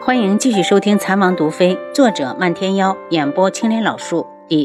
欢迎继续收听《残王毒妃》，作者漫天妖，演播青莲老树，第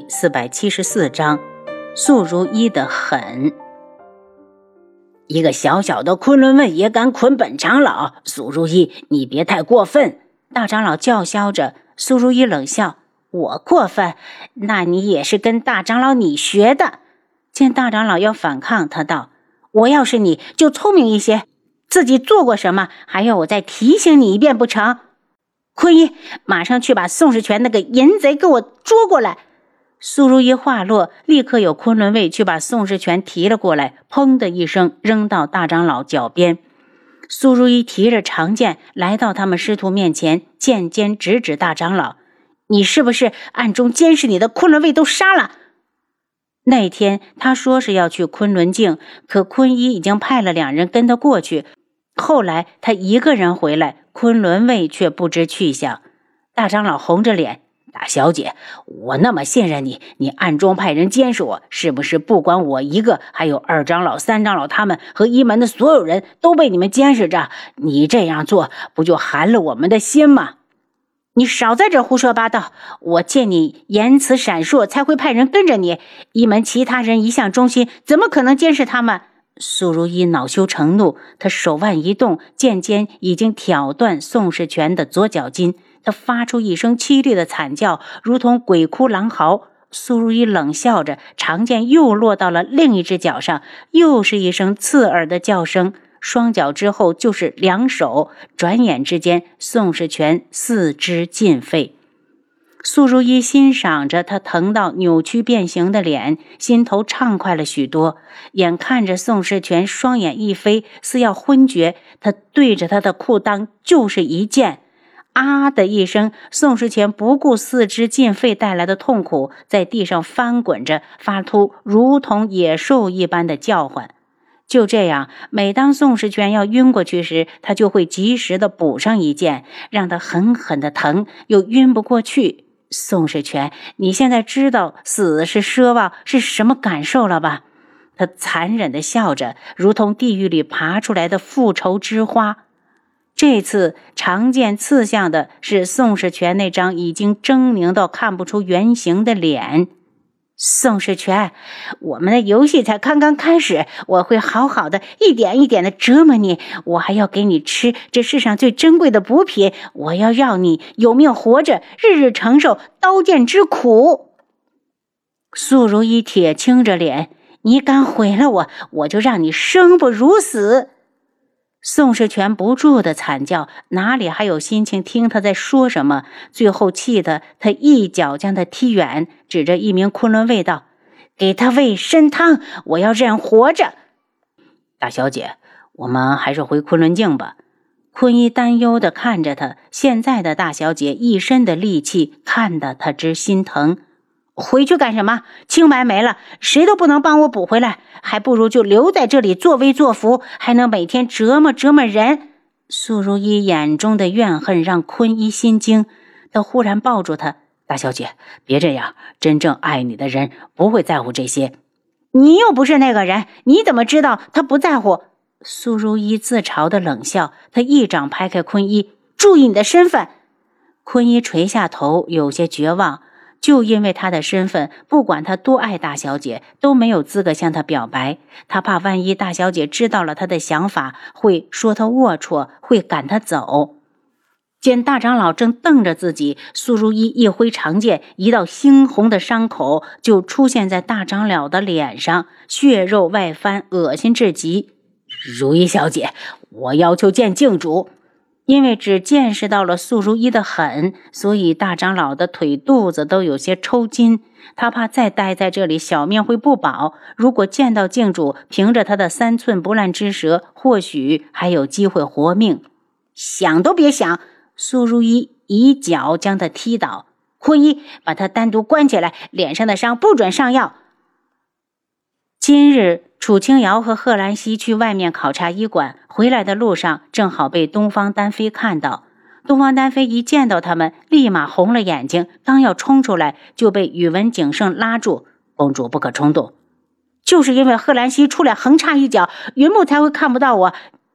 474章，素如一的狠。一个小小的昆仑卫也敢捆本长老，苏如意，你别太过分！大长老叫嚣着。苏如意冷笑：我过分？那你也是跟大长老你学的。见大长老要反抗，他道：我要是你就聪明一些，自己做过什么还要我再提醒你一遍不成？坤一，马上去把宋世全那个淫贼给我捉过来。苏如意话落，立刻有昆仑卫去把宋世全提了过来，砰的一声扔到大长老脚边。苏如意提着长剑来到他们师徒面前，剑尖直指大长老：你是不是暗中监视你的昆仑卫都杀了？那天他说是要去昆仑镜，可坤一已经派了2人跟他过去，后来他一个人回来，昆仑卫却不知去向。大长老红着脸：大小姐，我那么信任你，你暗中派人监视我，是不是不管我一个，还有2长老、3长老他们和一门的所有人都被你们监视着？你这样做不就寒了我们的心吗？你少在这胡说八道，我见你言辞闪烁才会派人跟着你，一门其他人一向忠心，怎么可能监视他们？苏如意恼羞成怒，他手腕一动，剑尖已经挑断宋世全的左脚筋，他发出一声凄厉的惨叫，如同鬼哭狼嚎。苏如意冷笑着，长剑又落到了另一只脚上，又是一声刺耳的叫声，双脚之后就是2手，转眼之间宋世全4肢尽废。苏如意欣赏着他疼到扭曲变形的脸，心头畅快了许多。眼看着宋世全双眼一飞，似要昏厥，他对着他的裤裆就是一剑。啊的一声，宋世全不顾4肢尽废带来的痛苦，在地上翻滚着，发出如同野兽一般的叫唤。就这样，每当宋世全要晕过去时，他就会及时的补上一剑，让他狠狠的疼，又晕不过去。宋世全，你现在知道死是奢望是什么感受了吧？他残忍地笑着，如同地狱里爬出来的复仇之花。这次长剑刺向的是宋世全那张已经狰狞到看不出原形的脸。宋世全，我们的游戏才刚刚开始，我会好好的一点一点的折磨你，我还要给你吃这世上最珍贵的补品，我要让你有命活着，日日承受刀剑之苦。苏如意铁青着脸：你敢毁了我，我就让你生不如死。宋世全不住的惨叫，哪里还有心情听他在说什么？最后气得他一脚将他踢远，指着一名昆仑卫道：给他喂参汤，我要人活着。大小姐，我们还是回昆仑镜吧。坤一担忧地看着他，现在的大小姐一身的戾气，看得他直心疼。回去干什么？清白没了，谁都不能帮我补回来，还不如就留在这里作威作福，还能每天折磨折磨人。苏如意眼中的怨恨让坤一心惊，他忽然抱住他：大小姐，别这样，真正爱你的人不会在乎这些。你又不是那个人，你怎么知道他不在乎？苏如意自嘲的冷笑，他一掌拍开坤一：注意你的身份。坤一垂下头，有些绝望。就因为他的身份，不管他多爱大小姐，都没有资格向他表白。他怕万一大小姐知道了他的想法，会说他龌龊，会赶他走。见大长老正瞪着自己，苏如意一挥长剑，一道猩红的伤口就出现在大长老的脸上，血肉外翻，恶心至极。如意小姐，我要求见镜主。因为只见识到了苏如意的狠，所以大长老的腿肚子都有些抽筋。他怕再待在这里小命会不保，如果见到镜主，凭着他的3寸不烂之舌，或许还有机会活命。想都别想！苏如意一脚将他踢倒。坤一，把他单独关起来，脸上的伤不准上药。今日楚清瑶和贺兰溪去外面考察医馆，回来的路上正好被东方丹飞看到。东方丹飞一见到他们，立马红了眼睛，刚要冲出来，就被宇文景胜拉住：公主不可冲动，就是因为贺兰溪出来横插一脚，云木才会看不到我，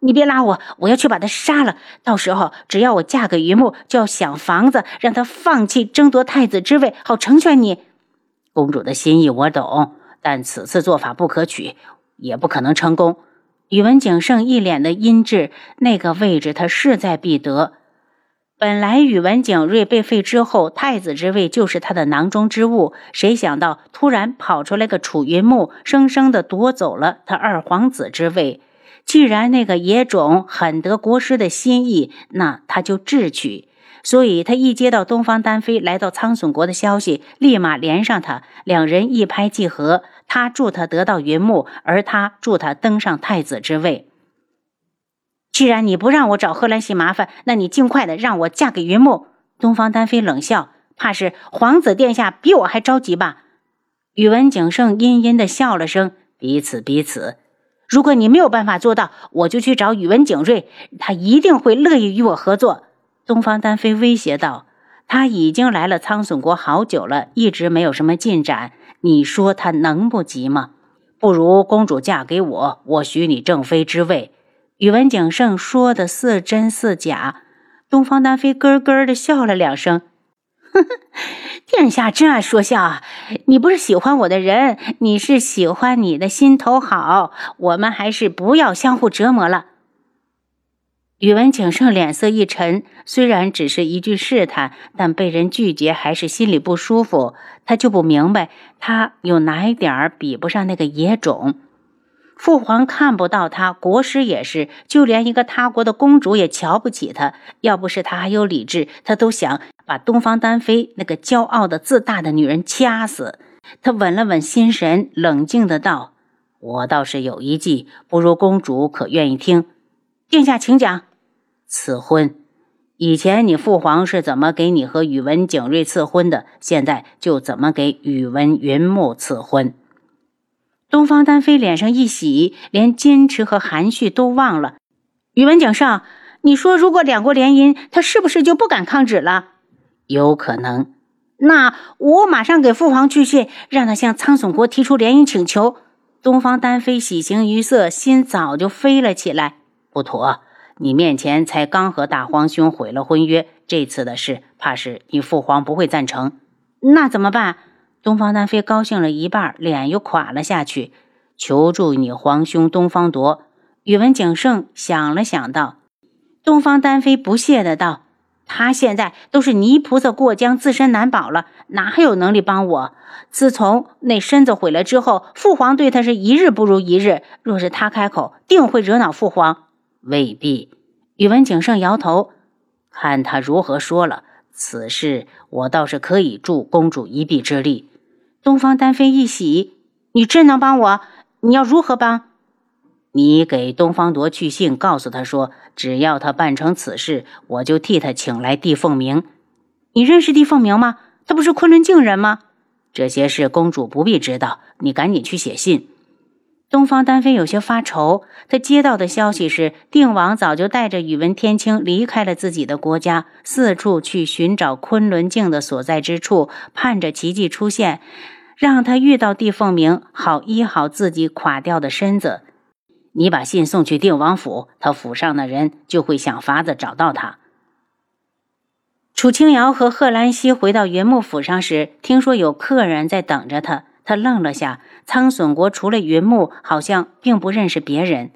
你别拉我，我要去把他杀了。到时候只要我嫁给榆木，就要想房子让他放弃争夺太子之位，好成全你。公主的心意我懂，但此次做法不可取，也不可能成功。宇文景盛一脸的阴鸷，那个位置他势在必得。本来宇文景睿被废之后，太子之位就是他的囊中之物，谁想到突然跑出来个楚云木，生生的夺走了他二皇子之位。既然那个野种很得国师的心意，那他就智取。所以他一接到东方丹飞来到苍隼国的消息，立马连上他，两人一拍即合，他助他得到云木，而他助他登上太子之位。既然你不让我找贺兰溪麻烦，那你尽快的让我嫁给云木。东方丹飞冷笑，怕是皇子殿下比我还着急吧？宇文景盛阴阴的笑了声，彼此。如果你没有办法做到，我就去找宇文景睿，他一定会乐意与我合作。东方丹飞威胁道，他已经来了苍隼国好久了，一直没有什么进展，你说他能不急吗？不如公主嫁给我，我许你正妃之位。宇文景盛说的似真似假，东方丹飞咯咯的笑了两声，呵呵，殿下真爱说笑啊！你不是喜欢我的人，你是喜欢你的心头好，我们还是不要相互折磨了。宇文景盛脸色一沉，虽然只是一句试探，但被人拒绝还是心里不舒服。他就不明白，他有哪一点比不上那个野种？父皇看不到他，国师也是，就连一个他国的公主也瞧不起他。要不是他还有理智，他都想把东方丹飞那个骄傲的自大的女人掐死。他稳了稳心神，冷静的道，我倒是有一计，不如公主可愿意听？殿下请讲。赐婚，以前你父皇是怎么给你和宇文景睿赐婚的，现在就怎么给宇文云木赐婚。东方丹飞脸上一喜，连矜持和含蓄都忘了。宇文景盛，你说如果两国联姻，他是不是就不敢抗旨了？有可能。那我马上给父皇去信，让他向苍隼国提出联姻请求。东方丹飞喜形于色，心早就飞了起来。不妥，你面前才刚和大皇兄毁了婚约，这次的事怕是你父皇不会赞成。那怎么办？东方丹飞高兴了一半，脸又垮了下去。求助你皇兄东方铎。宇文景盛想了想道。东方丹飞不屑的道，他现在都是泥菩萨过江，自身难保了，哪还有能力帮我？自从那身子毁了之后，父皇对他是一日不如一日，若是他开口，定会惹恼父皇。未必。宇文景盛摇头，看他如何说了，此事我倒是可以助公主一臂之力。东方丹飞一喜，你真能帮我？你要如何帮？你给东方铎去信，告诉他说，只要他办成此事，我就替他请来帝凤鸣。你认识帝凤鸣吗？他不是昆仑镜人吗？这些事公主不必知道，你赶紧去写信。东方丹飞有些发愁，他接到的消息是定王早就带着宇文天清离开了自己的国家，四处去寻找昆仑镜的所在之处，盼着奇迹出现，让他遇到帝凤鸣，好医好自己垮掉的身子。你把信送去定王府，他府上的人就会想法子找到他。楚清瑶和贺兰溪回到云木府上时，听说有客人在等着他，他愣了下，苍隼国除了云木，好像并不认识别人。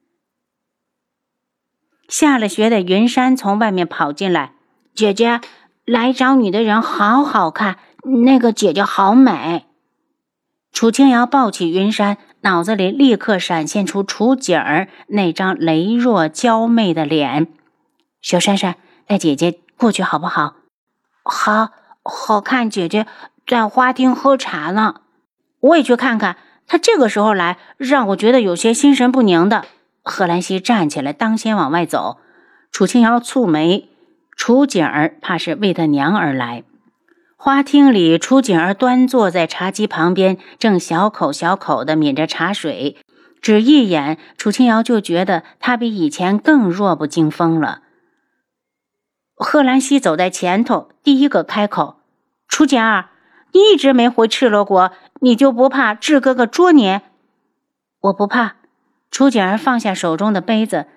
下了学的云山从外面跑进来，姐姐，来找你的人好好看，那个姐姐好美。楚清瑶抱起云山，脑子里立刻闪现出楚景儿那张羸弱娇媚的脸。小珊珊，带姐姐过去好不好？好看姐姐在花厅喝茶呢。我也去看看，她这个时候来，让我觉得有些心神不宁的。贺兰溪站起来，当先往外走。楚清瑶蹙眉，楚景儿怕是为她娘而来。花厅里，楚景儿端坐在茶几旁边，正小口小口地抿着茶水。只一眼，楚清瑶就觉得她比以前更弱不禁风了。贺兰溪走在前头，第一个开口：“楚景儿，你一直没回赤罗国，你就不怕智哥哥捉你？”“我不怕。”楚景儿放下手中的杯子，“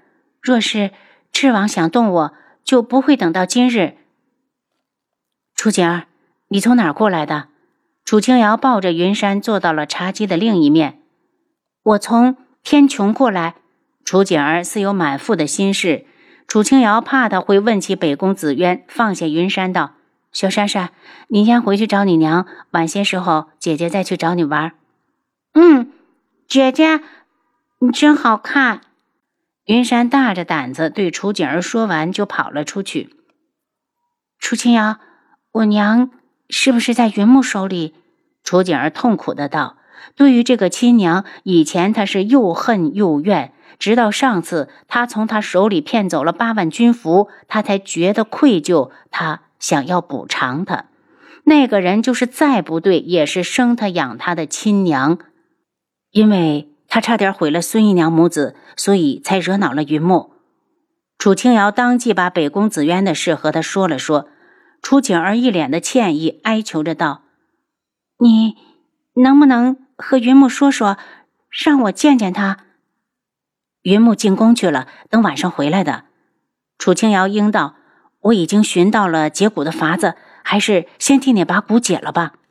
若是赤王想动我，就不会等到今日。楚景儿，你从哪儿过来的？楚清瑶抱着云山坐到了茶几的另一面。我从天穹过来。楚景儿似有满腹的心事。楚清瑶怕他会问起北宫紫渊，放下云山道：小珊珊，你先回去找你娘，晚些时候姐姐再去找你玩。姐姐你真好看。云山大着胆子对楚景儿说完就跑了出去。楚清瑶，我娘是不是在云木手里？楚景儿痛苦的道。对于这个亲娘，以前她是又恨又怨，直到上次她从她手里骗走了8万军符，她才觉得愧疚，她想要补偿她。那个人就是再不对也是生她养她的亲娘，因为她差点毁了孙姨娘母子，所以才惹恼了云木。楚清瑶当即把北宫紫渊的事和他说了说。楚景儿一脸的歉意，哀求着道：你能不能和云木说说，让我见见他？云木进宫去了，等晚上回来的。楚清瑶应道：我已经寻到了解蛊的法子，还是先替你把蛊解了吧。